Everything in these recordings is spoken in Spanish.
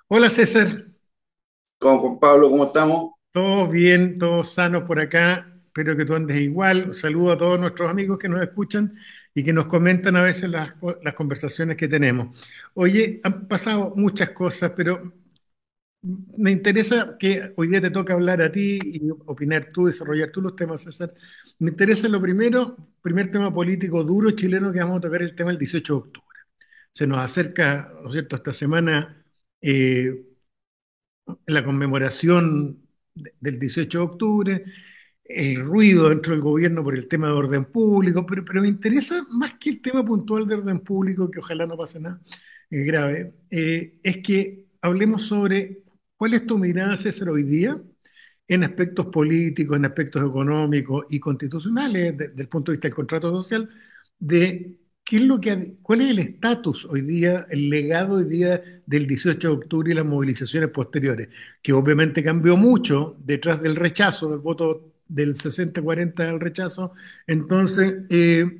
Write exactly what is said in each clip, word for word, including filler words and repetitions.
Hola César, Con Juan Pablo, ¿cómo estamos? todo bien, todo sano por acá, espero que tú andes igual. Saludo a todos nuestros amigos que nos escuchan y que nos comentan a veces las, co- las conversaciones que tenemos. Oye, han pasado muchas cosas, pero me interesa que hoy día te toca hablar a ti y opinar tú, desarrollar tú los temas, César. Me interesa lo primero, primer tema político duro chileno que vamos a tocar, el tema del dieciocho de octubre. Se nos acerca, ¿no es cierto?, esta semana. eh, la conmemoración de- del dieciocho de octubre, el ruido dentro del gobierno por el tema de orden público, pero, pero me interesa más que el tema puntual de orden público, que ojalá no pase nada eh, grave, eh, es que hablemos sobre cuál es tu mirada, César, hoy día en aspectos políticos, en aspectos económicos y constitucionales, de- del punto de vista del contrato social, de qué es lo que, ha- cuál es el estatus hoy día, el legado hoy día del dieciocho de octubre y las movilizaciones posteriores, que obviamente cambió mucho detrás del rechazo, del voto del sesenta cuarenta del rechazo. Entonces, eh,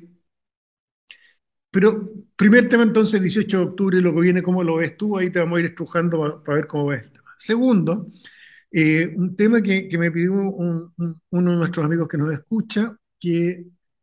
pero primer tema entonces, dieciocho de octubre, lo que viene, ¿cómo lo ves tú? Ahí te vamos a ir estrujando para ver cómo ves el tema. Segundo, eh, un tema que, que me pidió un- un- uno de nuestros amigos que nos escucha, que,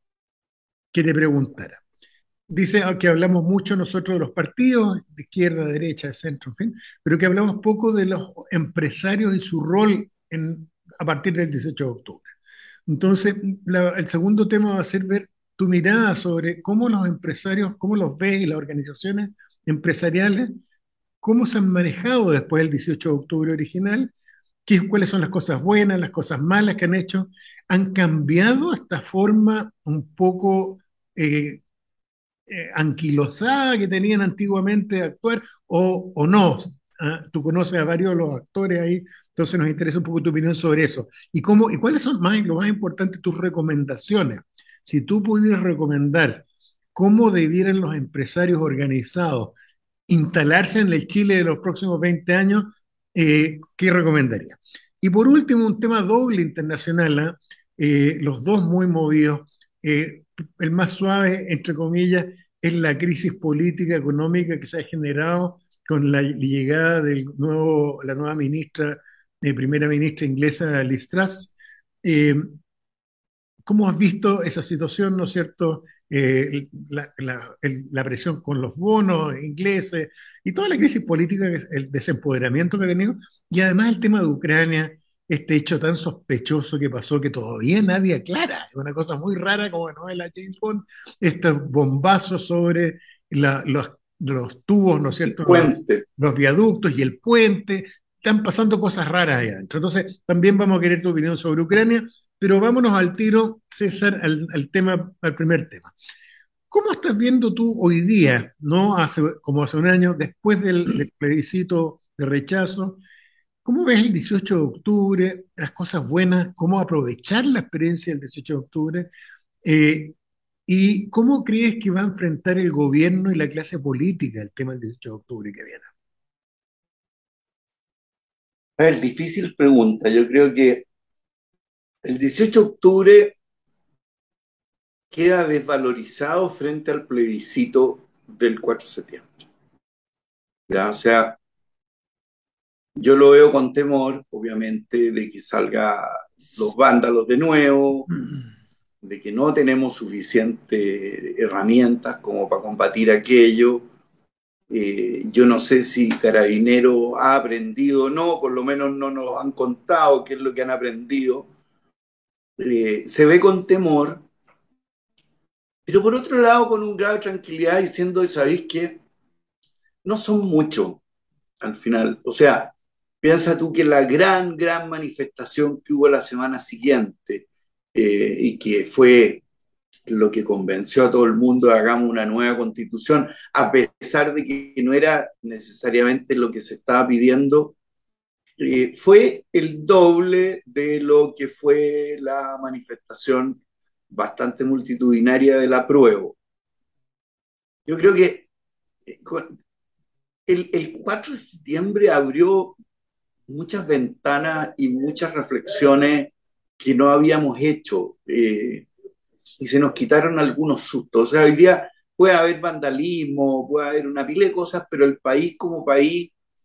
que te preguntara. Dice ah, que hablamos mucho nosotros de los partidos, de izquierda, derecha, de centro, en fin, pero que hablamos poco de los empresarios y su rol en, a partir del dieciocho de octubre. Entonces, la- el segundo tema va a ser ver tu mirada sobre cómo los empresarios, cómo los ves y las organizaciones empresariales, cómo se han manejado después del dieciocho de octubre original, qué, cuáles son las cosas buenas, las cosas malas que han hecho. ¿Han cambiado esta forma un poco eh, eh, anquilosada que tenían antiguamente de actuar o, o no? ¿Ah? Tú conoces a varios de los actores ahí, entonces nos interesa un poco tu opinión sobre eso. ¿Y, cómo, y cuáles son más, lo más importante, tus recomendaciones? Si tú pudieras recomendar cómo debieran los empresarios organizados instalarse en el Chile de los próximos veinte años, eh, ¿qué recomendaría? Y por último, un tema doble internacional, ¿ah? Eh, los dos muy movidos. Eh, el más suave, entre comillas, es la crisis política económica que se ha generado con la llegada de nuevo, la nueva ministra, eh, primera ministra inglesa, Liz Truss. Eh, ¿Cómo has visto esa situación, no es cierto? Eh, la, la- el- la presión con los bonos ingleses y toda la crisis política, que es el desempoderamiento que ha tenido, y además el tema de Ucrania, este hecho tan sospechoso que pasó que todavía nadie aclara, es una cosa muy rara como novela James Bond, estos bombazos sobre la- los, los tubos, ¿no es El cierto? Los, puente. los viaductos y el puente, están pasando cosas raras ahí adentro. Entonces, también vamos a querer tu opinión sobre Ucrania, pero vámonos al tiro, César, al, al tema, al primer tema. ¿Cómo estás viendo tú hoy día, no hace, como hace un año, después del, del plebiscito de rechazo? ¿Cómo ves el dieciocho de octubre, las cosas buenas, cómo aprovechar la experiencia del dieciocho de octubre? Eh, ¿Y cómo crees que va a enfrentar el gobierno y la clase política el tema del dieciocho de octubre que viene? A ver, difícil pregunta. Yo creo que el dieciocho de octubre queda desvalorizado frente al plebiscito del cuatro de septiembre. ¿Ya? O sea, yo lo veo con temor, obviamente, de que salgan los vándalos de nuevo, de que no tenemos suficientes herramientas como para combatir aquello. Eh, yo no sé si Carabinero ha aprendido o no, por lo menos no nos han contado qué es lo que han aprendido. Eh, se ve con temor, pero por otro lado con un grado de tranquilidad diciendo, ¿sabéis qué? No son muchos al final. O sea, piensa tú que la gran, gran manifestación que hubo la semana siguiente eh, y que fue lo que convenció a todo el mundo de hagamos una nueva constitución, a pesar de que no era necesariamente lo que se estaba pidiendo, eh, fue el doble de lo que fue la manifestación bastante multitudinaria del apruebo. Yo creo que eh, el, el cuatro de septiembre abrió muchas ventanas y muchas reflexiones que no habíamos hecho eh, y se nos quitaron algunos sustos. O sea, hoy día puede haber vandalismo, puede haber una pila de cosas, pero el país como país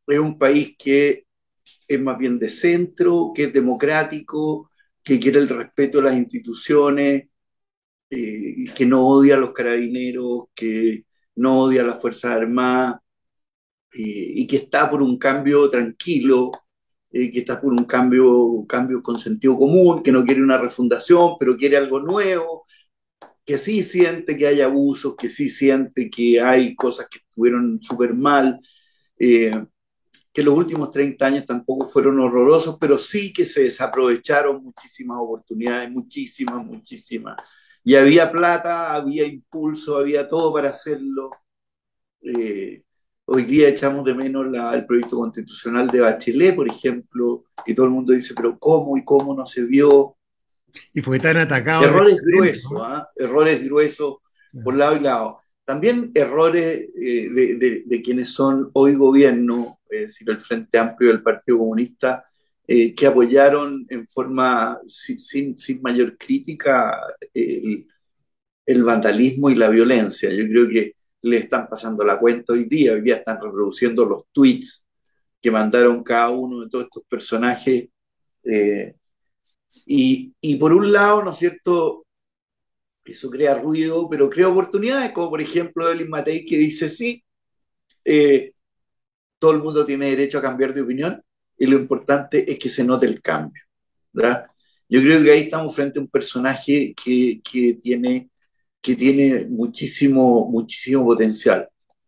es un país que es más bien de centro, que es democrático, que quiere el respeto de las instituciones, eh, que no odia a los carabineros, que no odia a las Fuerzas Armadas, eh, y que está por un cambio tranquilo, eh, que está por un cambio, cambio con sentido común, que no quiere una refundación, pero quiere algo nuevo, que sí siente que hay abusos, que sí siente que hay cosas que estuvieron súper mal, eh, que los últimos treinta años tampoco fueron horrorosos, pero sí que se desaprovecharon muchísimas oportunidades, muchísimas, muchísimas. Y había plata, había impulso, había todo para hacerlo. Eh, Hoy día echamos de menos la, el proyecto constitucional de Bachelet, por ejemplo, y todo el mundo dice, pero ¿cómo y cómo no se vio? Y fue tan atacado desde Errores dentro, gruesos, ¿no? ¿eh? Errores gruesos por Claro. lado y lado. También errores eh, de, de, de, quienes son hoy gobierno, es decir, el Frente Amplio del Partido Comunista, eh, que apoyaron en forma sin, sin, sin mayor crítica el, el, vandalismo y la violencia. Yo creo que le están pasando la cuenta hoy día, hoy día están reproduciendo los tweets que mandaron cada uno de todos estos personajes. Eh, y, y por un lado, ¿no es cierto?, eso crea ruido, pero crea oportunidades, como por ejemplo Elin Matei, que dice, sí, eh, todo el mundo tiene derecho a cambiar de opinión y lo importante es que se note el cambio, ¿verdad? Yo creo que ahí estamos frente a un personaje que, que tiene, que tiene muchísimo, muchísimo potencial.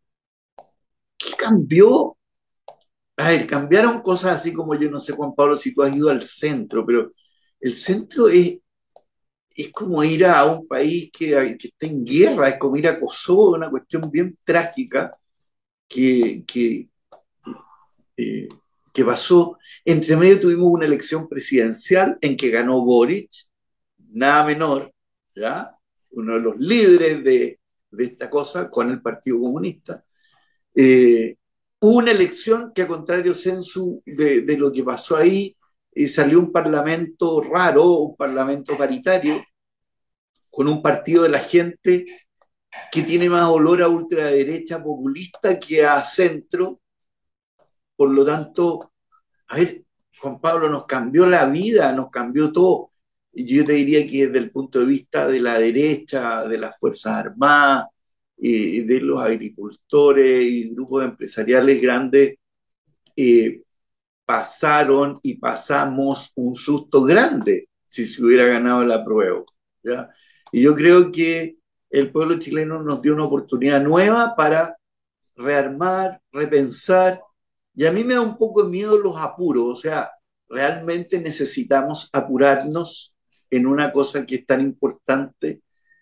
¿Qué cambió? A ver, cambiaron cosas así como yo no sé, Juan Pablo, si tú has ido al centro, pero el centro es, es como ir a un país que, que está en guerra, es como ir a Kosovo, una cuestión bien trágica que, que, eh, que pasó. Entre medio tuvimos una elección presidencial en que ganó Boric, nada menor, ¿ya? Uno de los líderes de, de esta cosa con el Partido Comunista. Eh, Hubo una elección que, a contrario censu de, de lo que pasó ahí, eh, salió un parlamento raro, un parlamento paritario, con un partido de la gente que tiene más olor a ultraderecha populista que a centro. Por lo tanto, a ver, Juan Pablo, nos cambió la vida, nos cambió todo. Y yo te diría que desde el punto de vista de la derecha, de las Fuerzas Armadas, eh, de los agricultores y grupos empresariales grandes, eh, pasaron y pasamos un susto grande si se hubiera ganado el apruebo, ¿ya? Y yo creo que el pueblo chileno nos dio una oportunidad nueva para rearmar, repensar, y a mí me da un poco de miedo los apuros, o sea, realmente necesitamos apurarnos en una cosa que es tan importante.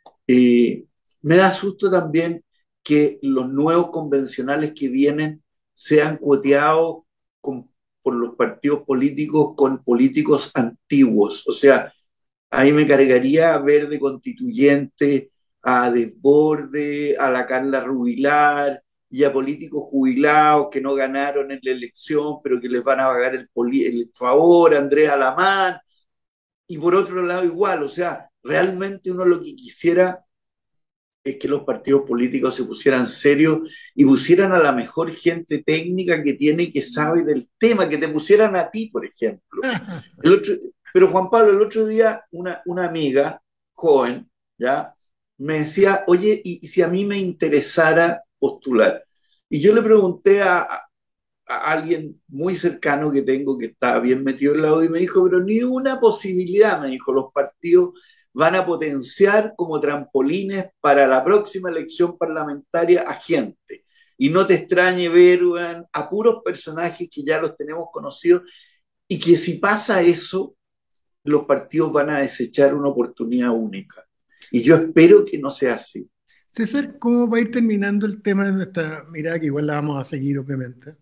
Eh, Me da susto también que los nuevos convencionales que vienen sean cuoteados con, por los partidos políticos con políticos antiguos. O sea, ahí me cargaría a ver de constituyente, a Desborde, a la Carla Rubilar y a políticos jubilados que no ganaron en la elección, pero que les van a pagar el, el favor, Andrés Alamán. Y por otro lado igual, o sea, realmente uno lo que quisiera es que los partidos políticos se pusieran serios y pusieran a la mejor gente técnica que tiene y que sabe del tema, que te pusieran a ti, por ejemplo. El otro, pero Juan Pablo, el otro día una, una amiga joven, ¿ya? Me decía, oye, ¿y, y si a mí me interesara postular? Y yo le pregunté a, a, a alguien muy cercano que tengo que está bien metido en la U y me dijo, pero ni una posibilidad, me dijo, los partidos van a potenciar como trampolines para la próxima elección parlamentaria a gente. Y no te extrañe ver, weón, a puros personajes que ya los tenemos conocidos y que si pasa eso, los partidos van a desechar una oportunidad única. Y yo espero que no sea así. César, ¿cómo va a ir terminando el tema de nuestra mirada, que igual la vamos a seguir, obviamente?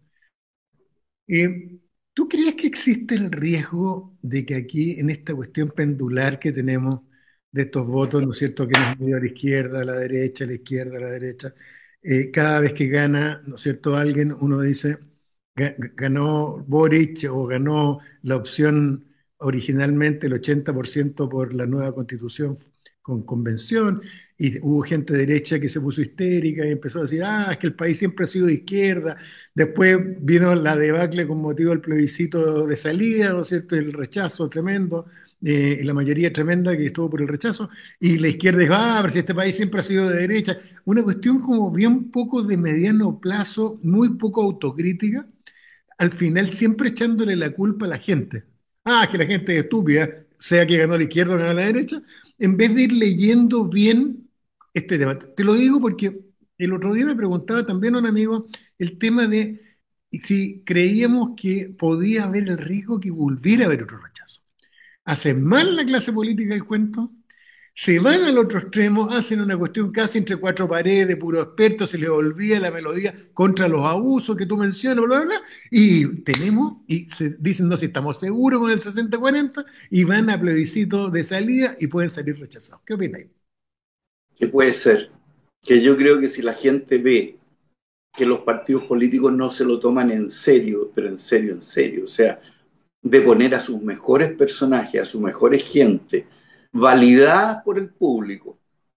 Eh, ¿Tú crees que existe el riesgo de que aquí, en esta cuestión pendular que tenemos de estos votos, ¿no es cierto?, que nos medio a la izquierda, a la derecha, a la izquierda, a la derecha, eh, cada vez que gana, ¿no es cierto?, alguien, uno dice, "Ga- ganó Boric o ganó la opción originalmente el ochenta por ciento por la nueva constitución con convención, y hubo gente derecha que se puso histérica y empezó a decir, ah, es que el país siempre ha sido de izquierda. Después vino la debacle con motivo del plebiscito de salida, ¿no es cierto? El rechazo tremendo, eh, y la mayoría tremenda que estuvo por el rechazo, y la izquierda dijo, ah, pero si este país siempre ha sido de derecha. Una cuestión como bien poco de mediano plazo, muy poco autocrítica, al final siempre echándole la culpa a la gente. Ah, que la gente es estúpida, sea que ganó la izquierda o ganó la derecha, en vez de ir leyendo bien este tema. Te lo digo porque el otro día me preguntaba también un amigo el tema de si creíamos que podía haber el riesgo que volviera a haber otro rechazo. ¿Hace mal la clase política el cuento? Se van al otro extremo, hacen una cuestión casi entre cuatro paredes, puro experto, se les olvida la melodía contra los abusos que tú mencionas, bla, bla, bla, y tenemos, y se dicen, no, si estamos seguros con el sesenta cuarenta, y van a plebiscito de salida y pueden salir rechazados. ¿Qué opináis? Que puede ser, que yo creo que si la gente ve que los partidos políticos no se lo toman en serio, pero en serio, en serio, o sea, de poner a sus mejores personajes, a sus mejores gente, validadas por el público,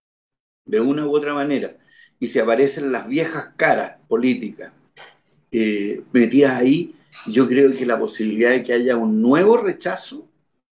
de una u otra manera, y si aparecen las viejas caras políticas eh, metidas ahí, yo creo que la posibilidad de que haya un nuevo rechazo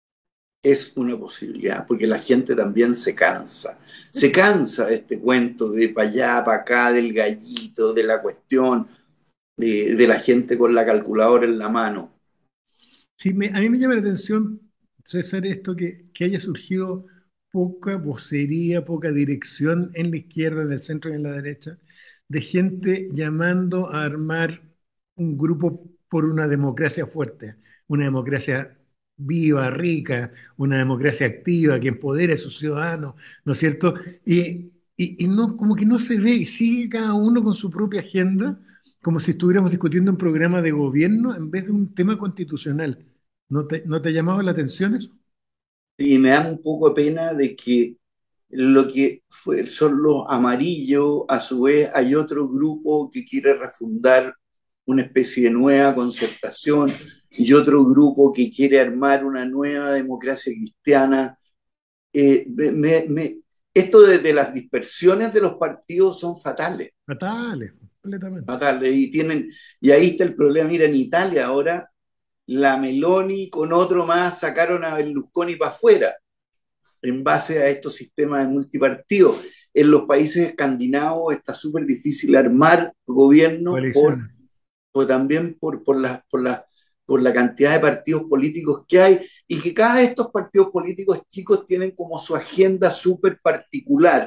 es una posibilidad, porque la gente también se cansa. Se cansa de este cuento de para allá, para acá, del gallito, de la cuestión, de, de la gente con la calculadora en la mano. Sí, me- a mí me llama la atención, César, esto que, que haya surgido poca vocería, poca dirección en la izquierda, en el centro y en la derecha, de gente llamando a armar un grupo por una democracia fuerte, una democracia viva, rica, una democracia activa, que empodere a sus ciudadanos, ¿no es cierto? Y, y, y no, como que no se ve, y sigue cada uno con su propia agenda, como si estuviéramos discutiendo un programa de gobierno en vez de un tema constitucional. ¿No te, no te ha llamado la atención eso? Y me da un poco de pena de que lo que fue, son los amarillos, a su vez hay otro grupo que quiere refundar una especie de nueva concertación y otro grupo que quiere armar una nueva democracia cristiana. Eh, me, me, esto desde las dispersiones de los partidos son fatales, Fatales, completamente. fatales, y tienen, y ahí está el problema. Mira, en Italia ahora la Meloni con otro más sacaron a Berlusconi para afuera en base a estos sistemas de multipartido. En los países escandinavos está súper difícil armar gobierno por, Coaliciones. por también por, por, la, por, la, por la cantidad de partidos políticos que hay y que cada de estos partidos políticos chicos tienen como su agenda súper particular,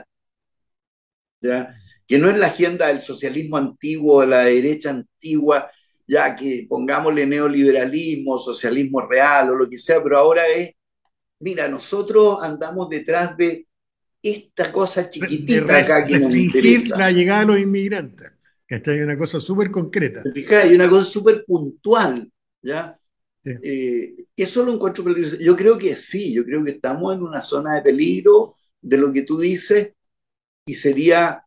¿ya? Que no es la agenda del socialismo antiguo, de la derecha antigua, ya que pongámosle neoliberalismo, socialismo real o lo que sea, pero ahora es, mira, nosotros andamos detrás de esta cosa De chiquitita re- acá que nos restringir interesa. la llegada de los inmigrantes. ¿Cachai? Una cosa súper concreta. ¿Te fijas? Hay una cosa súper puntual, ¿ya? Sí. Eh, eso lo encuentro peligroso. Yo creo que sí, yo creo que estamos en una zona de peligro de lo que tú dices y sería,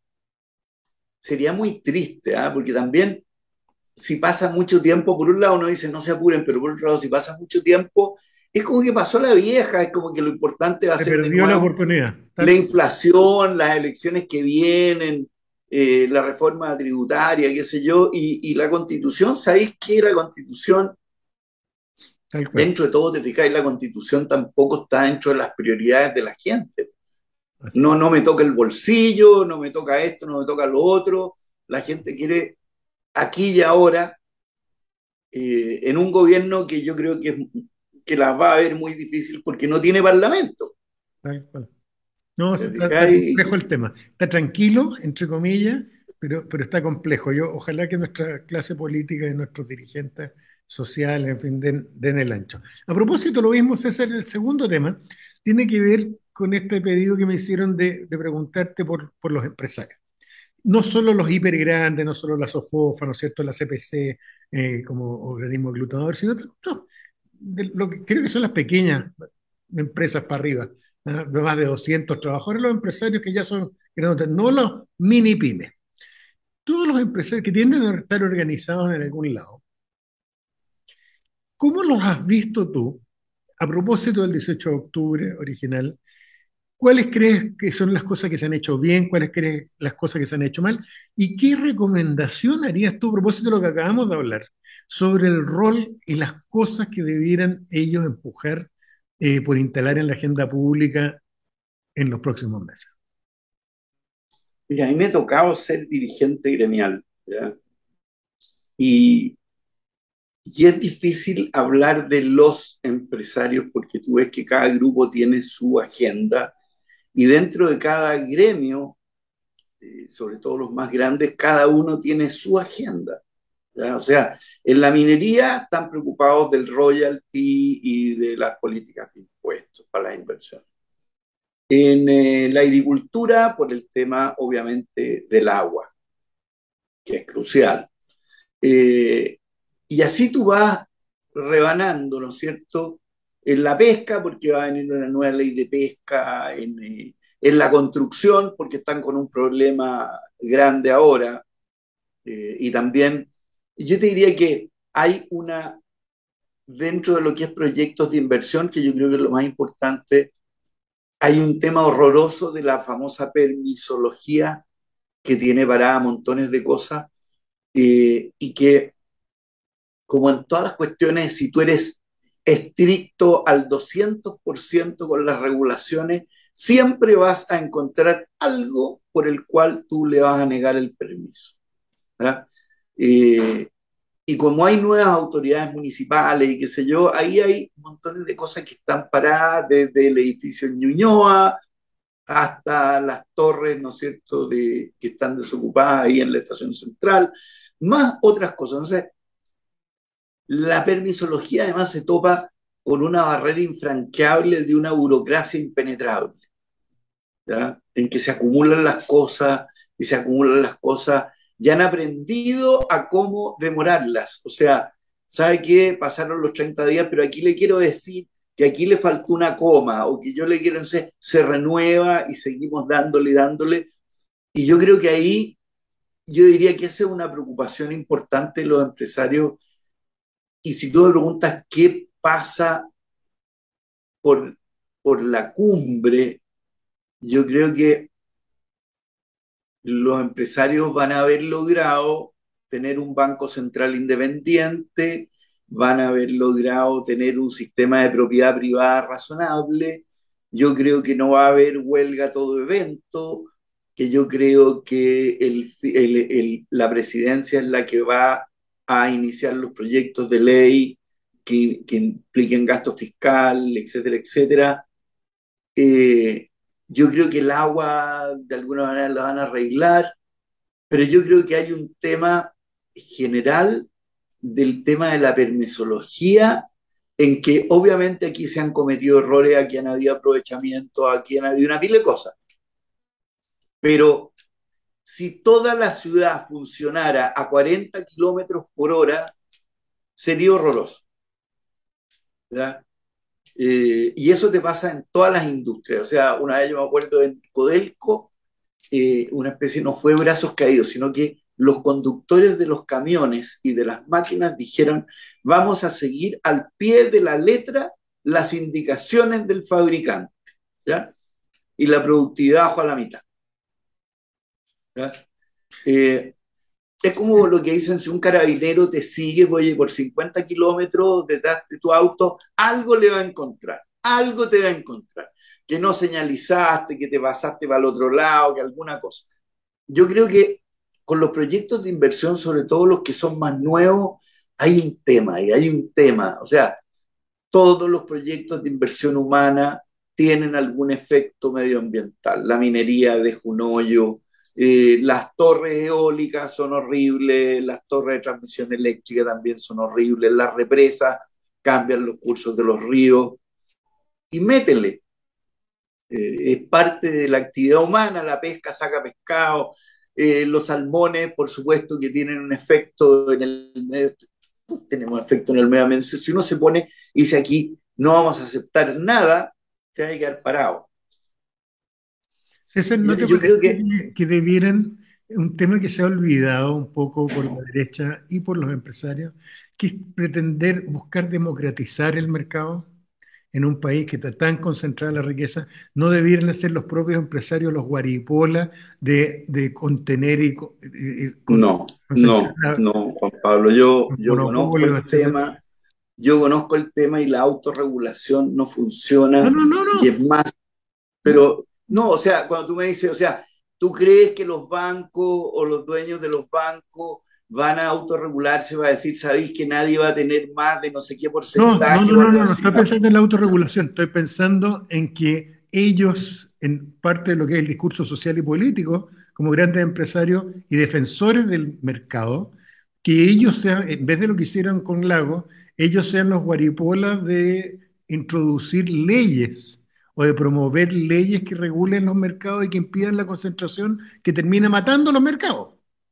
sería muy triste, ¿eh? Porque también si pasa mucho tiempo, por un lado uno dice no se apuren, pero por otro lado si pasa mucho tiempo, es como que pasó la vieja, es como que lo importante va a Se ser de perdió la nuevo oportunidad. la Tal, inflación, las elecciones que vienen, eh, la reforma tributaria, qué sé yo, y, y la constitución, ¿sabéis qué? La constitución, tal cual. dentro de todo, te fijáis, la constitución tampoco está dentro de las prioridades de la gente. Así. No, no me toca el bolsillo, no me toca esto, no me toca lo otro. La gente quiere aquí y ahora, eh, en un gobierno que yo creo que, que las va a ver muy difícil porque no tiene parlamento. Tal cual. No, sí, ¿Te está, está fijáis? complejo el tema. Está tranquilo, entre comillas, pero, pero está complejo. Yo, ojalá que nuestra clase política y nuestros dirigentes sociales, en fin, den, den el ancho. A propósito, lo mismo, César, el segundo tema tiene que ver con este pedido que me hicieron de, de preguntarte por, por los empresarios. No solo los hipergrandes, no solo la SOFOFA, ¿no es cierto?, la C P C eh, como organismo aglutinador, sino no, de lo que creo que son las pequeñas empresas para arriba, ¿ah? De más de doscientos trabajadores, los empresarios que ya son grandes, no los mini pymes. Todos los empresarios que tienden a estar organizados en algún lado, ¿cómo los has visto tú a propósito del dieciocho de octubre original? ¿Cuáles crees que son las cosas que se han hecho bien? ¿Cuáles crees las cosas que se han hecho mal? ¿Y qué recomendación harías tú a propósito de lo que acabamos de hablar sobre el rol y las cosas que debieran ellos empujar eh, por instalar en la agenda pública en los próximos meses? Mira, a mí me ha tocado ser dirigente gremial, ¿ya? Y, y es difícil hablar de los empresarios porque tú ves que cada grupo tiene su agenda y dentro de cada gremio, eh, sobre todo los más grandes, cada uno tiene su agenda. ¿Ya? O sea, en la minería están preocupados del royalty y de las políticas de impuestos para las inversiones. En eh, la agricultura, por el tema, obviamente, del agua, que es crucial. Eh, y así tú vas rebanando, ¿no es cierto? En la pesca, porque va a venir una nueva ley de pesca, en, eh, en la construcción, porque están con un problema grande ahora, eh, y también, yo te diría que hay una, dentro de lo que es proyectos de inversión, que yo creo que es lo más importante, hay un tema horroroso de la famosa permisología que tiene parada montones de cosas, eh, y que como en todas las cuestiones, si tú eres estricto al doscientos por ciento con las regulaciones, siempre vas a encontrar algo por el cual tú le vas a negar el permiso. ¿Verdad? Eh, y como hay nuevas autoridades municipales y qué sé yo, ahí hay montones de cosas que están paradas, desde el edificio en Ñuñoa hasta las torres, ¿no es cierto?, de, que están desocupadas ahí en la estación central, más otras cosas. Entonces, la permisología además se topa con una barrera infranqueable de una burocracia impenetrable, ¿ya? En que se acumulan las cosas y se acumulan las cosas y han aprendido a cómo demorarlas. O sea, ¿sabe qué? Pasaron los treinta días, pero aquí le quiero decir que aquí le faltó una coma o que yo le quiero decir, se renueva y seguimos dándole y dándole. Y yo creo que ahí, yo diría que esa es una preocupación importante de los empresarios. Y si tú me preguntas qué pasa por, por la cumbre, yo creo que los empresarios van a haber logrado tener un banco central independiente, van a haber logrado tener un sistema de propiedad privada razonable. Yo creo que no va a haber huelga a todo evento, que yo creo que el, el, el, la presidencia es la que va a iniciar los proyectos de ley que, que impliquen gasto fiscal, etcétera, etcétera. Eh, yo creo que el agua de alguna manera la van a arreglar, pero yo creo que hay un tema general del tema de la permisología, en que obviamente aquí se han cometido errores, aquí han habido aprovechamientos, aquí han habido una pila de cosas, pero si toda la ciudad funcionara a cuarenta kilómetros por hora, sería horroroso, ¿verdad? Eh, y eso te pasa en todas las industrias. O sea, una vez yo me acuerdo en Codelco, eh, una especie no fue brazos caídos, sino que los conductores de los camiones y de las máquinas dijeron, vamos a seguir al pie de la letra las indicaciones del fabricante, ¿ya? Y la productividad bajó a la mitad, ¿ya? Eh, es como lo que dicen, si un carabinero te sigue, oye, por cincuenta kilómetros detrás de tu auto, algo le va a encontrar, algo te va a encontrar, que no señalizaste, que te pasaste para el otro lado, que alguna cosa. Yo creo que con los proyectos de inversión, sobre todo los que son más nuevos, hay un tema y hay un tema. O sea, todos los proyectos de inversión humana tienen algún efecto medioambiental. La minería deja un hoyo, eh, las torres eólicas son horribles, las torres de transmisión eléctrica también son horribles, las represas cambian los cursos de los ríos y métele. Eh, es parte de la actividad humana, la pesca saca pescado, eh, los salmones, por supuesto, que tienen un efecto en el medio, pues, tenemos efecto en el medio ambiente. Si uno se pone y dice aquí, no vamos a aceptar nada, te va a quedar parado. César, ¿no Yo, te yo creo parece que que, que debieran, un tema que se ha olvidado un poco por la derecha y por los empresarios, que es pretender buscar democratizar el mercado? en un país que está tan concentrada la riqueza, no debieran ser los propios empresarios los guaripolas de, de contener y, co- y- y con- No, concentrar no, no, Juan Pablo, yo, los yo conozco monopolios, el etcétera? tema, yo conozco el tema y la autorregulación no No, funciona no, no, y no. es más, pero no, o sea, cuando tú me dices, o sea, ¿tú crees que los bancos o los dueños de los bancos van a autorregularse, va a decir, sabéis que nadie va a tener más de no sé qué No, no, porcentaje no, o no, algo no, no así? estoy No, pensando en la autorregulación, estoy pensando en que ellos, en parte de lo que es el discurso social y político, como grandes empresarios y defensores del mercado, que ellos sean, en vez de lo que hicieron con Lago, ellos sean los guaripolas de introducir leyes o de promover leyes que regulen los mercados y que impidan la concentración que termina matando los mercados.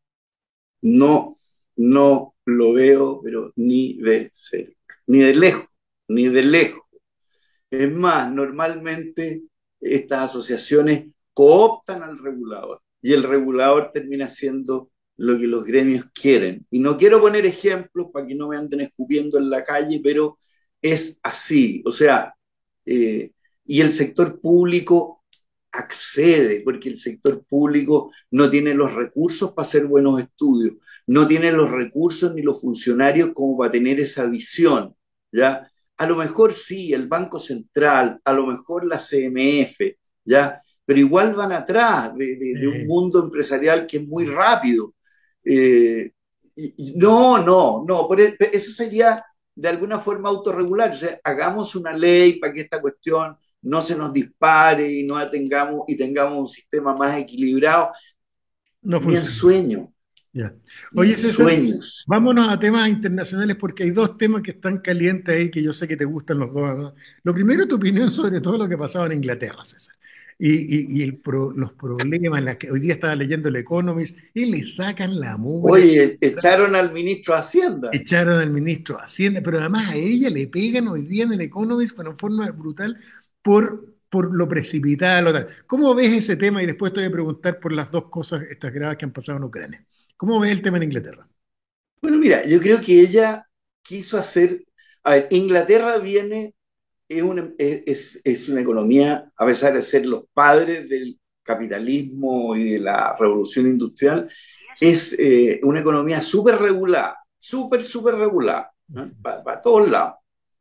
no, no lo veo, pero ni de cerca, ni de lejos, ni de lejos. Es más, normalmente estas asociaciones cooptan al regulador y el regulador termina siendo lo que los gremios quieren. Y no quiero poner ejemplos para que no me anden escupiendo en la calle, pero es así. O sea, eh, y el sector público accede, porque el sector público no tiene los recursos para hacer buenos estudios, no tiene los recursos ni los funcionarios como para tener esa visión, ¿ya? A lo mejor sí, el Banco Central, a lo mejor la C M F, ¿ya? Pero igual van atrás de, de, de un Eh, mundo empresarial que es muy rápido. Eh, y, y no, no, no, por e- eso sería de alguna forma autorregular. O sea, hagamos una ley para que esta cuestión no se nos dispare y no tengamos, y tengamos un sistema más equilibrado. no Ni en funciona. sueño, Ya. ni Oye, en César, sueños. vámonos a temas internacionales porque hay dos temas que están calientes ahí que yo sé que te gustan los dos, ¿no? Lo primero, tu opinión sobre todo lo que pasaba en Inglaterra, César. Y, y- y el pro- los problemas, las que hoy día estaba leyendo el Economist y le sacan la mugre, Oye, echaron al ministro de Hacienda. echaron al ministro de Hacienda, pero además a ella le pegan hoy día en el Economist pero en forma brutal por, por lo precipitada, lo tal. ¿Cómo ves ese tema? Y después te voy a preguntar por las dos cosas estas graves que han pasado en Ucrania. ¿Cómo ves el tema en Inglaterra? Bueno, mira, yo creo que ella quiso hacer, a ver, Inglaterra viene, es una, es, es una economía, a pesar de ser los padres del capitalismo y de la revolución industrial, es eh, una economía súper regulada, súper, súper regulada, ¿no? Para pa todos lados,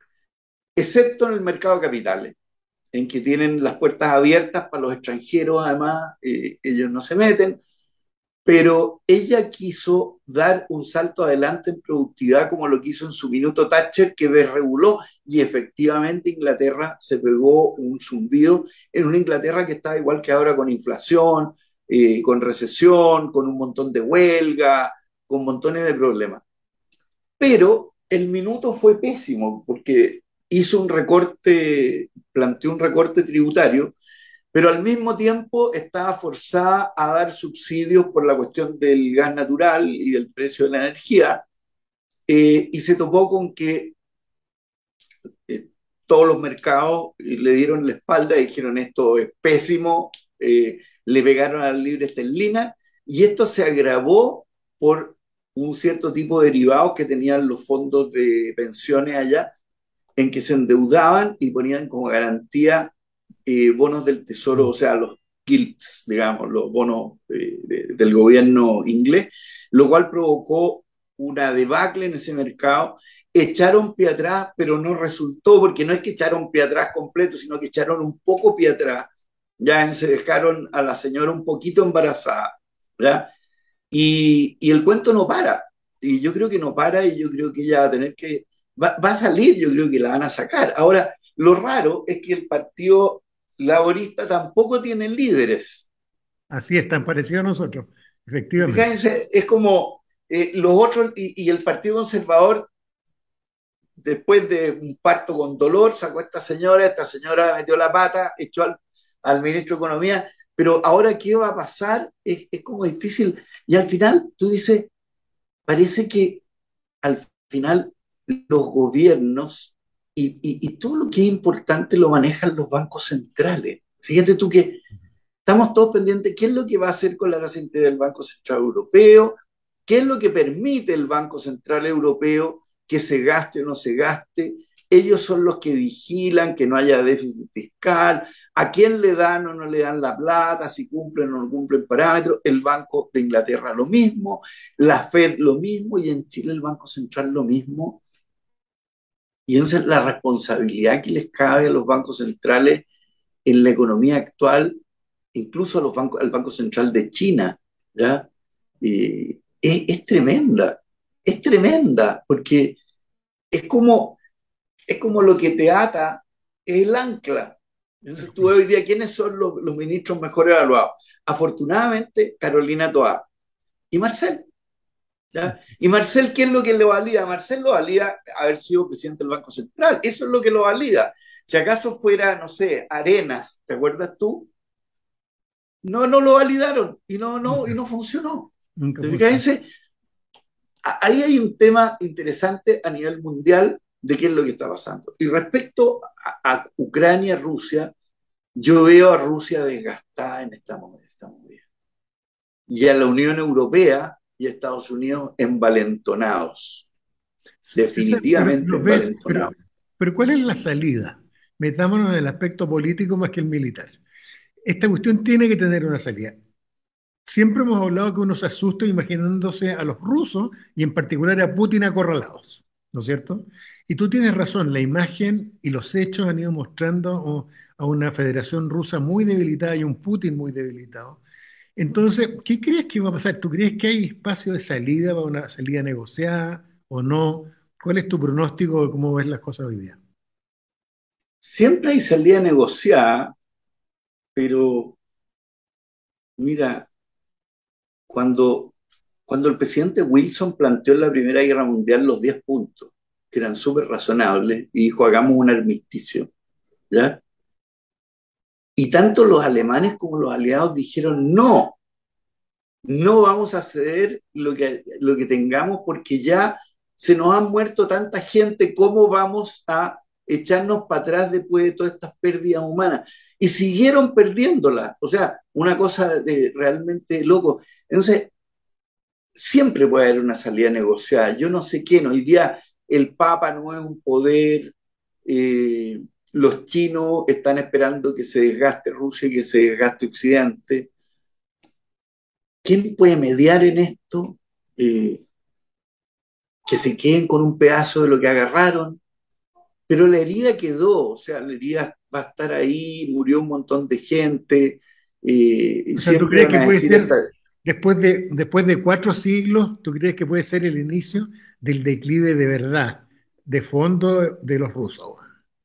excepto en el mercado de capitales, en que tienen las puertas abiertas para los extranjeros, además, eh, ellos no se meten, pero ella quiso dar un salto adelante en productividad como lo quiso en su minuto Thatcher, que desreguló y efectivamente Inglaterra se pegó un zumbido en una Inglaterra que estaba igual que ahora con inflación, eh, con recesión, con un montón de huelga, con montones de problemas. Pero el minuto fue pésimo porque hizo un recorte, planteó un recorte tributario, pero al mismo tiempo estaba forzada a dar subsidios por la cuestión del gas natural y del precio de la energía, eh, y se topó con que eh, todos los mercados le dieron la espalda y dijeron esto es pésimo, eh, le pegaron a la libra esterlina, y esto se agravó por un cierto tipo de derivados que tenían los fondos de pensiones allá, en que se endeudaban y ponían como garantía eh, bonos del tesoro, o sea, los gilts, digamos, los bonos eh, de, del gobierno inglés, lo cual provocó una debacle en ese mercado. Echaron pie atrás, pero no resultó, porque no es que echaron pie atrás completo, sino que echaron un poco pie atrás, ya se dejaron a la señora un poquito embarazada, ¿ya? Y, y el cuento no para, y yo creo que no para, y yo creo que ella va a tener que, va, va a salir, yo creo que la van a sacar. Ahora, lo raro es que el partido laborista tampoco tiene líderes. Así es, tan parecido a nosotros, efectivamente. Fíjense, es como eh, los otros, y, y, el Partido Conservador, después de un parto con dolor, sacó a esta señora, esta señora metió la pata, echó al, al ministro de Economía, pero ahora qué va a pasar es, es como difícil. Y al final tú dices, parece que al final los gobiernos y, y, y todo lo que es importante lo manejan los bancos centrales. Fíjate tú que estamos todos pendientes, ¿qué es lo que va a hacer con la tasa de interés del Banco Central Europeo? ¿Qué es lo que permite el Banco Central Europeo que se gaste o no se gaste? ellos son los que vigilan que no haya déficit fiscal, a quién le dan o no le dan la plata, si cumplen o no cumplen parámetros, el Banco de Inglaterra lo mismo, la Fed lo mismo y en Chile el Banco Central lo mismo. Y esa es la responsabilidad que les cabe a los bancos centrales en la economía actual, incluso a los bancos, al Banco Central de China, ¿ya? Eh, es, es tremenda, es tremenda, porque es como, es como lo que te ata es el ancla. Entonces tú ves hoy día quiénes son los, los ministros mejor evaluados. Afortunadamente, Carolina Toá y Marcel. ¿Ya? Y Marcel, ¿qué es lo que lo valida? Marcel lo valida haber sido presidente del Banco Central. Eso es lo que lo valida. Si acaso fuera, no sé, Arenas, ¿te acuerdas tú? No, no lo validaron y no, no, y Nunca, no funcionó. nunca ¿Te fijas? funcionó. Ese, ahí hay un tema interesante a nivel mundial de qué es lo que está pasando. Y respecto a, a Ucrania, Rusia, yo veo a Rusia desgastada en esta movida, esta movida. Y a la Unión Europea y a Estados Unidos envalentonados, César, pero definitivamente los ves, pero, envalentonados. pero ¿cuál es la salida? Metámonos en el aspecto político más que el militar. Esta cuestión tiene que tener una salida. Siempre hemos hablado que uno se asusta imaginándose a los rusos y en particular a Putin acorralados, ¿no es cierto? Y tú tienes razón, la imagen y los hechos han ido mostrando oh, a una federación rusa muy debilitada y un Putin muy debilitado. Entonces, ¿qué crees que va a pasar? ¿Tú crees que hay espacio de salida para una salida negociada o no? ¿Cuál es tu pronóstico de cómo ves las cosas hoy día? Siempre hay salida negociada, pero mira, cuando, cuando el presidente Wilson planteó en la Primera Guerra Mundial los diez puntos, que eran súper razonables, y dijo, hagamos un armisticio, ¿ya? Y tanto los alemanes como los aliados dijeron, no, no vamos a ceder lo que, lo que tengamos porque ya se nos han muerto tanta gente, ¿cómo vamos a echarnos para atrás después de todas estas pérdidas humanas? Y siguieron perdiéndolas, o sea, una cosa de realmente loco. Entonces, siempre puede haber una salida negociada. Yo no sé quién, hoy día el Papa no es un poder, eh, los chinos están esperando que se desgaste Rusia y que se desgaste Occidente. ¿Quién puede mediar en esto? Eh, que se queden con un pedazo de lo que agarraron, pero la herida quedó, o sea, la herida va a estar ahí, murió un montón de gente, eh, y O sea, ¿tú siempre crees van que a puede decir esta, ser, después de, después de cuatro siglos, tú crees que puede ser el inicio del declive de verdad, de fondo de los rusos?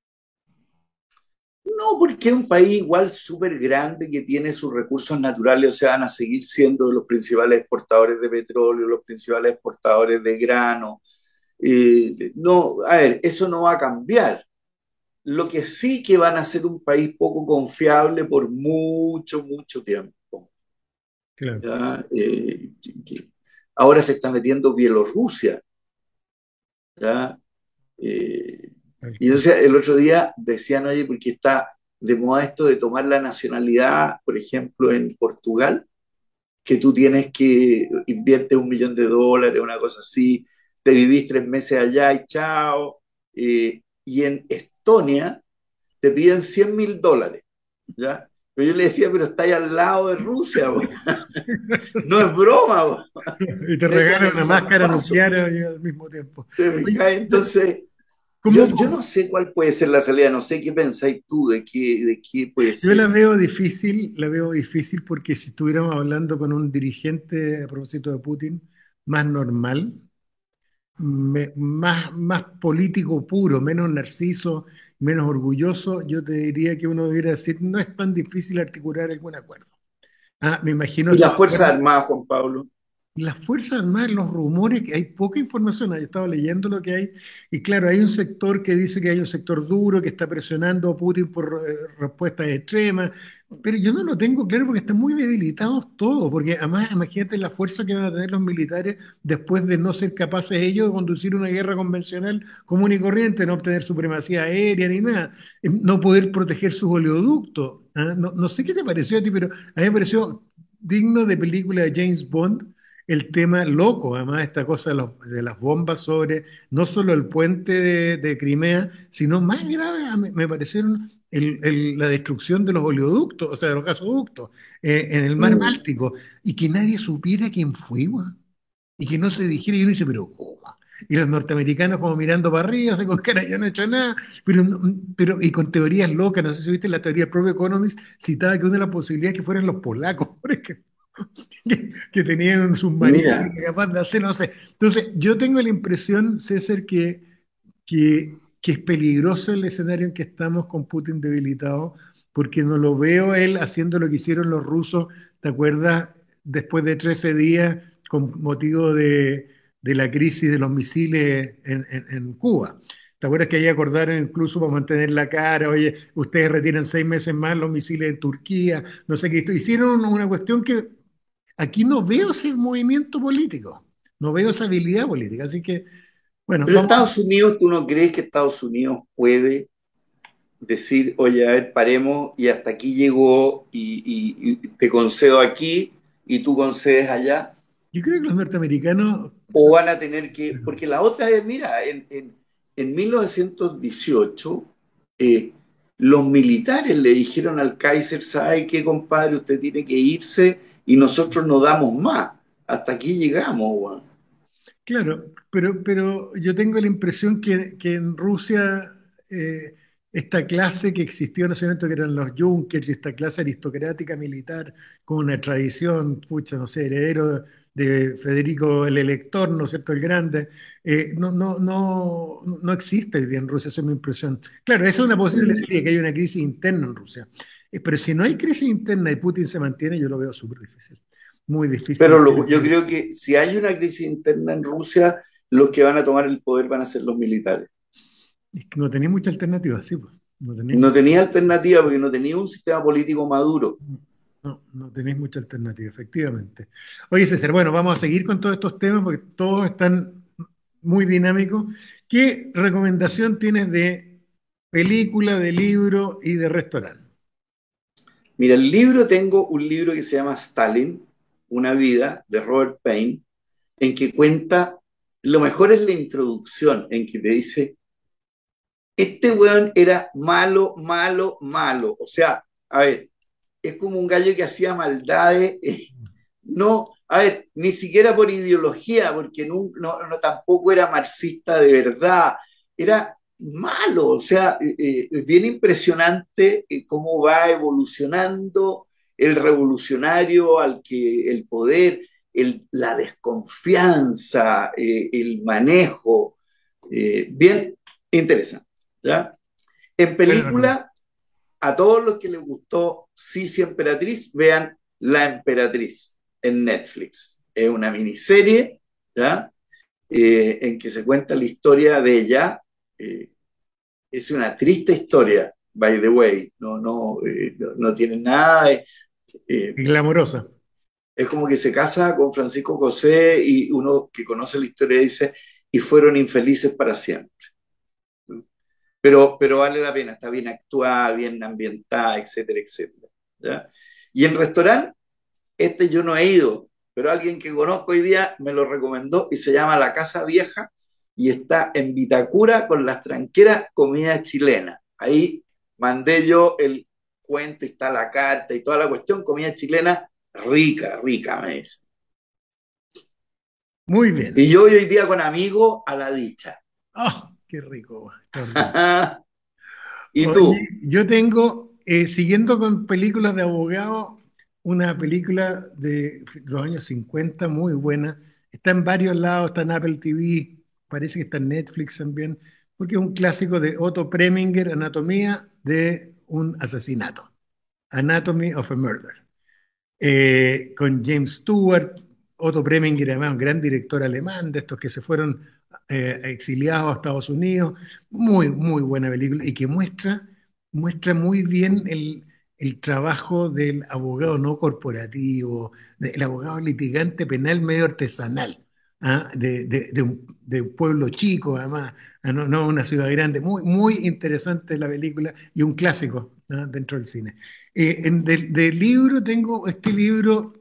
no, porque es un país igual súper grande que tiene sus recursos naturales, o sea, van a seguir siendo los principales exportadores de petróleo, los principales exportadores de grano. Eh, no, a ver, eso no va a cambiar. Lo que sí que van a ser un país poco confiable por mucho, mucho tiempo. Claro. ¿Ya? Eh, que ahora se está metiendo Bielorrusia. ¿Ya? Eh, Tal y cual. entonces el otro día decían, oye, porque está de moda esto de tomar la nacionalidad, por ejemplo, en Portugal, que tú tienes que invierte un millón de dólares, una cosa así, te vivís tres meses allá y chao. Eh, y en Estonia te piden cien mil dólares, ¿ya? Pero yo le decía, pero está ahí al lado de Rusia, bo. No es broma, bo. Y te Te echan regalan el una máscara zarpazo. nuclear ahí al mismo tiempo. ¿Te Oye, fijas? Entonces, yo, ¿cómo, yo no sé cuál puede ser la salida, no sé qué pensáis tú de qué, de qué puede yo la ser. veo difícil, la veo difícil porque si estuviéramos hablando con un dirigente a propósito de Putin más normal, me- más, más político puro, menos narciso, menos orgulloso, yo te diría que uno debería decir, no es tan difícil articular algún acuerdo. Ah, me imagino Y estos las Fuerzas acuerdos. Armadas, Juan Pablo. Las Fuerzas Armadas, los rumores, que hay poca información, yo estaba leyendo lo que hay, y claro, hay un sector que dice que hay un sector duro que está presionando a Putin por eh, respuestas extremas, pero yo no lo tengo claro porque están muy debilitados todos, porque además imagínate la fuerza que van a tener los militares después de no ser capaces ellos de conducir una guerra convencional común y corriente, no obtener supremacía aérea ni nada, eh, no poder proteger sus oleoductos. ¿Ah? No, no sé qué te pareció a ti, pero a mí me pareció digno de película de James Bond el tema loco, además esta cosa de, los- de las bombas sobre no solo el puente de, de Crimea, sino más grave a mí me parecieron el- el- la destrucción de los oleoductos, o sea, de los gasoductos eh, en el mar Mm, Báltico, y que nadie supiera quién fue, weón. Y que no se dijera, y uno dice, pero ¿cómo? Y los norteamericanos como mirando para arriba, así con cara, yo no he hecho nada, pero, no- pero y con teorías locas, no sé si viste la teoría del propio Economist, citaba que una de las posibilidades es que fueran los polacos, por ejemplo, que, que tenían un submarino que mira, era capaz de hacer, no sé. Entonces, yo tengo la impresión, César, que, que, que es peligroso el escenario en que estamos con Putin debilitado, porque no lo veo él haciendo lo que hicieron los rusos, ¿te acuerdas? Después de trece días, con motivo de, de la crisis de los misiles en, en- en Cuba. ¿Te acuerdas que ahí acordaron incluso para mantener la cara? Oye, ustedes retiran seis meses más los misiles en Turquía, no sé qué. Hicieron una cuestión que aquí no veo ese movimiento político, no veo esa habilidad política. Así que, bueno, pero vamos. Estados Unidos, ¿tú no crees que Estados Unidos puede decir, oye, a ver, paremos y hasta aquí llegó y, y- y te concedo aquí y tú concedes allá? Yo creo que los norteamericanos, ¿O van a tener que...? Porque la otra es, mira, en, en, en mil novecientos dieciocho, eh, los militares le dijeron al Kaiser, ¿sabe qué, compadre? Usted tiene que irse y nosotros no damos más. Hasta aquí llegamos, weón. claro, pero, pero yo tengo la impresión que, que en Rusia eh, esta clase que existió en ese momento, que eran los Junkers, y esta clase aristocrática militar con una tradición, pucha, no sé, heredero de Federico el Elector, ¿no es cierto?, el Grande, eh, no, no, no, no existe hoy día en Rusia, esa es mi impresión. Claro, esa es una posible Mm. sería que hay una crisis interna en Rusia. Eh, pero si no hay crisis interna y Putin se mantiene, yo lo veo súper difícil, muy Pero difícil. lo- yo creo que si hay una crisis interna en Rusia, los que van a tomar el poder van a ser los militares. Es que no tenéis mucha alternativa, sí, pues. No tenéis No mucha, tenía alternativa porque no tenía un sistema político maduro. no, no tenéis mucha alternativa, efectivamente. Oye, César, bueno, vamos a seguir con todos estos temas porque todos están muy dinámicos. ¿Qué recomendación tienes de película, de libro y de restaurante? Mira, el libro, tengo un libro que se llama Stalin, Una vida, de Robert Payne, en que cuenta, lo mejor es la introducción, en que te dice, este weón era malo, malo, malo. O sea, a ver, es como un gallo que hacía maldades, eh, no, a ver, ni siquiera por ideología, porque no, no, no tampoco era marxista de verdad, era malo, o sea, eh, eh, es bien impresionante eh, cómo va evolucionando el revolucionario al que el poder, el, la desconfianza, eh, el manejo, eh, bien interesante, ¿ya? En Buena recomendación. película, a todos los que les gustó Sisi Emperatriz, vean La Emperatriz en Netflix. Es una miniserie, ¿ya? Eh, en que se cuenta la historia de ella. Eh, es una triste historia, by the way. No, no, eh, no, no tiene nada. de- eh, Y glamorosa. es como que se casa con Francisco José y uno que conoce la historia dice, y fueron infelices para siempre. Pero, pero vale la pena, está bien actuada, bien ambientada, etcétera, etcétera. ¿Ya? Y en restaurante, este yo no he ido, pero alguien que conozco hoy día me lo recomendó y se llama La Casa Vieja y está en Vitacura con las tranqueras comida chilena. Ahí mandé yo el cuento y está la carta y toda la cuestión, comida chilena rica, rica, me dice. Muy bien. Y yo voy hoy día con amigos a la dicha. ¡Ah! ¡Qué rico! Extraordinario. ¿Y Oye, tú? yo tengo, eh, siguiendo con películas de abogados, una película de los años cincuenta muy buena. Está en varios lados, está en Apple T V, parece que está en Netflix también, porque es un clásico de Otto Preminger, Anatomía de un asesinato. Anatomy of a Murder. Eh, con James Stewart, Otto Preminger, además, un gran director alemán, de estos que se fueron eh, exiliados a Estados Unidos. Muy, muy buena película y que muestra, muestra muy bien el, el trabajo del abogado no corporativo, del abogado litigante penal medio artesanal. ¿Ah? De, de- de un, de un pueblo chico, además, ¿ah? No, no una ciudad grande. Muy, muy interesante la película y un clásico, ¿ah? Dentro del cine. Eh, en, del, del libro tengo este libro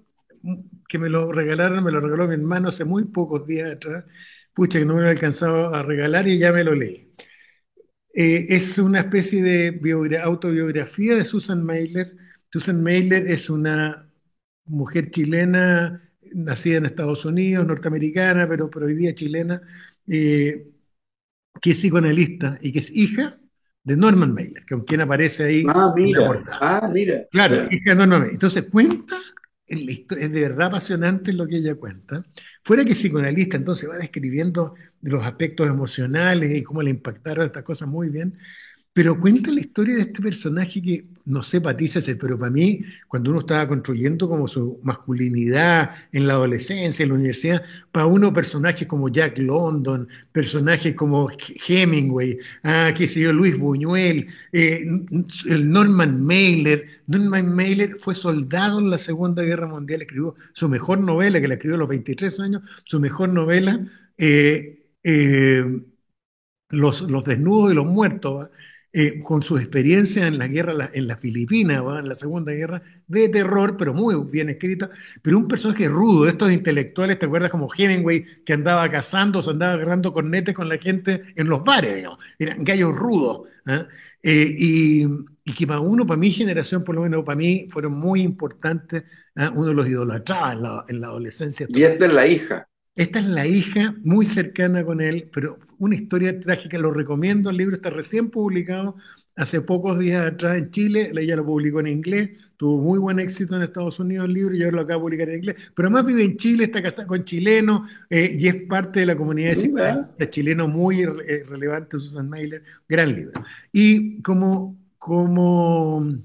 que me lo regalaron, me lo regaló mi hermano hace muy pocos días atrás. Pucha, que no me lo he alcanzado a regalar y ya me lo leí. Eh, es una especie de biogra- autobiografía de Susan Mailer. Susan Mailer es una mujer chilena, nacida en Estados Unidos, norteamericana, pero, pero hoy día chilena, eh, que es psicoanalista y que es hija de Norman Mailer, con quien aparece ahí Ah, en la mira, portada. ah, mira, Claro, ya. hija de Norman Mailer. Entonces cuenta, en la histo- es de verdad apasionante lo que ella cuenta. Fuera que es psicoanalista, entonces va describiendo los aspectos emocionales y cómo le impactaron estas cosas muy bien. Pero cuenta la historia de este personaje que, no sé, para ti, César, pero para mí, cuando uno estaba construyendo como su masculinidad en la adolescencia, en la universidad, para uno personajes como Jack London, personajes como Hemingway, ah, qué sé yo, Luis Buñuel, eh, el Norman Mailer. Norman Mailer fue soldado en la Segunda Guerra Mundial, escribió su mejor novela, que la escribió a los veintitrés años, su mejor novela. eh, eh, los, los desnudos y los muertos, ¿va? Eh, con su experiencia en la guerra la- en las Filipinas, ¿va? En la Segunda Guerra, de terror, pero muy bien escrita, pero un personaje rudo, de estos intelectuales, ¿te acuerdas como Hemingway, que andaba cazando, se andaba agarrando cornetes con la gente en los bares, digamos, eran gallos rudos, ¿ah? Eh, y, y que para uno, para mi generación, por lo menos para mí, fueron muy importantes, ¿ah? Uno los idolatraba en la, en la adolescencia Y estos. esta es la hija. Esta es la hija muy cercana con él, pero una historia trágica, lo recomiendo, el libro está recién publicado, hace pocos días atrás en Chile, ella lo publicó en inglés, tuvo muy buen éxito en Estados Unidos el libro y ahora lo acaba de publicar en inglés, pero además vive en Chile, está casada con chilenos eh, y es parte de la comunidad de Mira. psicoanalistas chilenos muy eh, relevante, Susan Mailer, gran libro. Y como, como,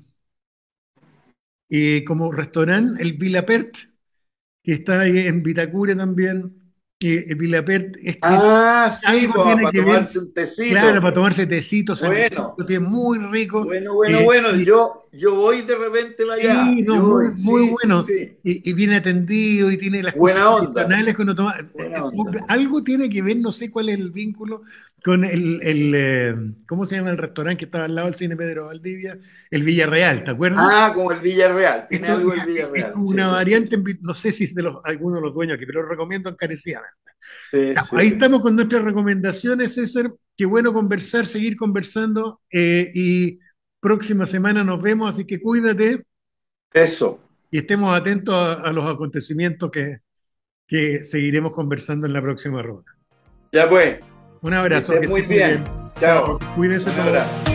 eh, como restaurante, el Vilapert, que está ahí en Vitacura también. Eh, el Vilapert es, tiene, Ah, sí, algo pues, tiene para que ver, tomarse un claro, tecito. para tomarse tecito, Bueno, sanguchito, tiene muy rico. bueno, bueno, eh, bueno. y, Yo, yo voy de repente para allá. sí, no, Yo muy, voy, muy sí, sí, bueno. sí. Y, y bien atendido y tiene las cosas Buena onda, tradicionales que uno toma. Eh, buena eh, onda. Algo tiene que ver, no sé cuál es el vínculo con el, el, eh, ¿cómo se llama el restaurante que estaba al lado del cine Pedro Valdivia? El Villarreal, ¿te acuerdas? Ah, como el Villarreal. Tiene Esto algo el ya, es es Villarreal. como Sí, una sí, sí. variante, en Vi- no sé si es de los, alguno de los dueños aquí, pero lo recomiendo encarecidamente. Sí, Ya, ahí sí. estamos con nuestras recomendaciones, César. Qué bueno conversar, seguir conversando eh, y próxima semana nos vemos, así que cuídate Eso. y estemos atentos a, a los acontecimientos que, que seguiremos conversando en la próxima ronda. Ya pues. Un Que abrazo, estés que muy estés muy bien. bien. Chao, Chao. cuídense Un todos. abrazo.